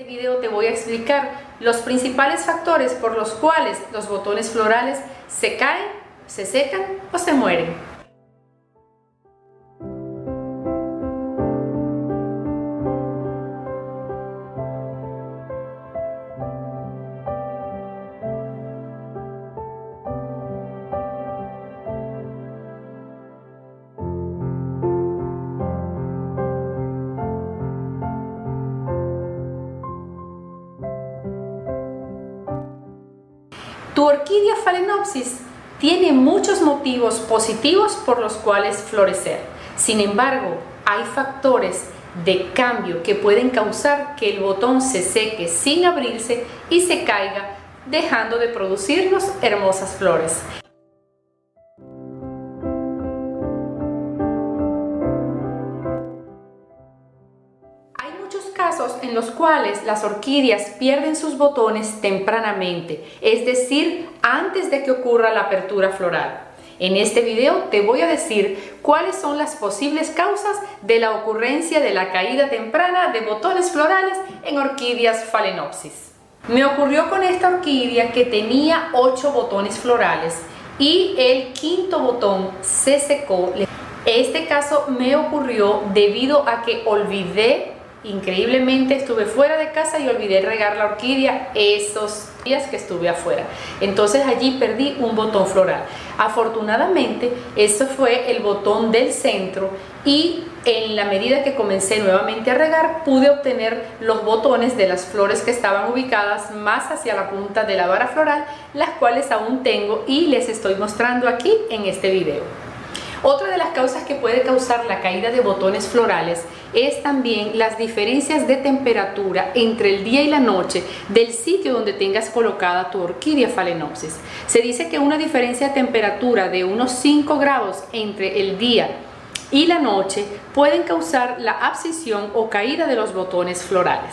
video te voy a explicar los principales factores por los cuales los botones florales se caen, se secan o se mueren. Tu orquídea Phalaenopsis tiene muchos motivos positivos por los cuales florecer. Sin embargo, hay factores de cambio que pueden causar que el botón se seque sin abrirse y se caiga, dejando de producirnos hermosas flores. Casos en los cuales las orquídeas pierden sus botones tempranamente, es decir, antes de que ocurra la apertura floral. En este video te voy a decir cuáles son las posibles causas de la ocurrencia de la caída temprana de botones florales en orquídeas Phalaenopsis. Me ocurrió con esta orquídea que tenía 8 botones florales y el 5.º botón se secó. Este caso me ocurrió debido a que increíblemente estuve fuera de casa y olvidé regar la orquídea esos días que estuve afuera. Entonces allí perdí un botón floral. Afortunadamente, eso fue el botón del centro y en la medida que comencé nuevamente a regar, pude obtener los botones de las flores que estaban ubicadas más hacia la punta de la vara floral, las cuales aún tengo y les estoy mostrando aquí en este video. Otra de las causas que puede causar la caída de botones florales es también las diferencias de temperatura entre el día y la noche del sitio donde tengas colocada tu orquídea Phalaenopsis. Se dice que una diferencia de temperatura de unos 5 grados entre el día y la noche pueden causar la abscisión o caída de los botones florales.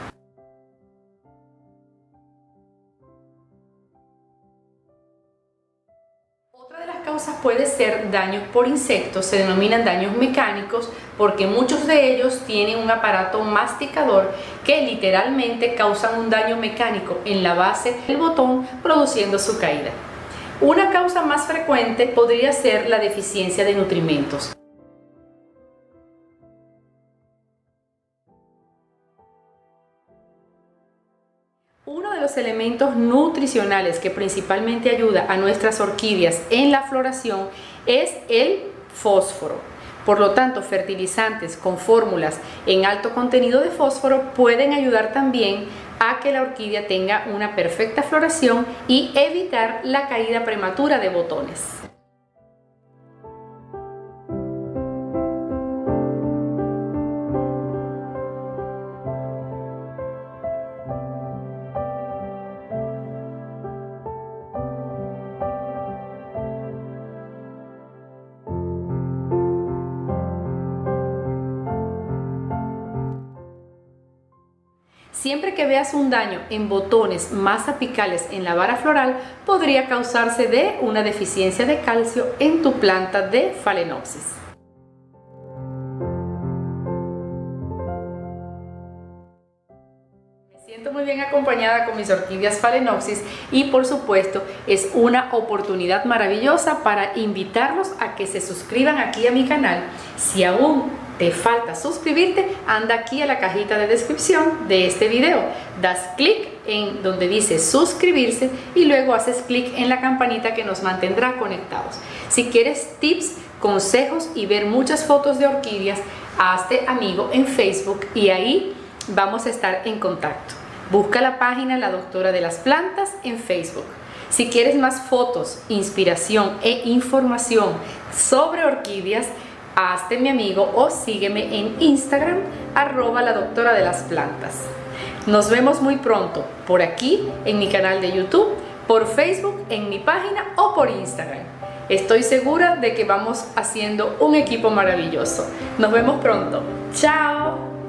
Causas puede ser daños por insectos, se denominan daños mecánicos porque muchos de ellos tienen un aparato masticador que literalmente causan un daño mecánico en la base del botón, produciendo su caída. Una causa más frecuente podría ser la deficiencia de nutrimentos. Uno de los elementos nutricionales que principalmente ayuda a nuestras orquídeas en la floración es el fósforo. Por lo tanto, fertilizantes con fórmulas en alto contenido de fósforo pueden ayudar también a que la orquídea tenga una perfecta floración y evitar la caída prematura de botones. Siempre que veas un daño en botones más apicales en la vara floral, podría causarse de una deficiencia de calcio en tu planta de Phalaenopsis. Me siento muy bien acompañada con mis orquídeas Phalaenopsis y por supuesto es una oportunidad maravillosa para invitarlos a que se suscriban aquí a mi canal. Si aún te falta suscribirte, anda aquí a la cajita de descripción de este video, das clic en donde dice suscribirse y luego haces clic en la campanita que nos mantendrá conectados. Si quieres tips, consejos y ver muchas fotos de orquídeas, hazte amigo en Facebook y ahí vamos a estar en contacto. Busca la página La Doctora de las Plantas en Facebook. Si quieres más fotos, inspiración e información sobre orquídeas, hazte mi amigo o sígueme en Instagram @ladoctoradelas-plantas. Nos vemos muy pronto por aquí en mi canal de YouTube, por Facebook, en mi página o por Instagram. Estoy segura de que vamos haciendo un equipo maravilloso. Nos vemos pronto. ¡Chao!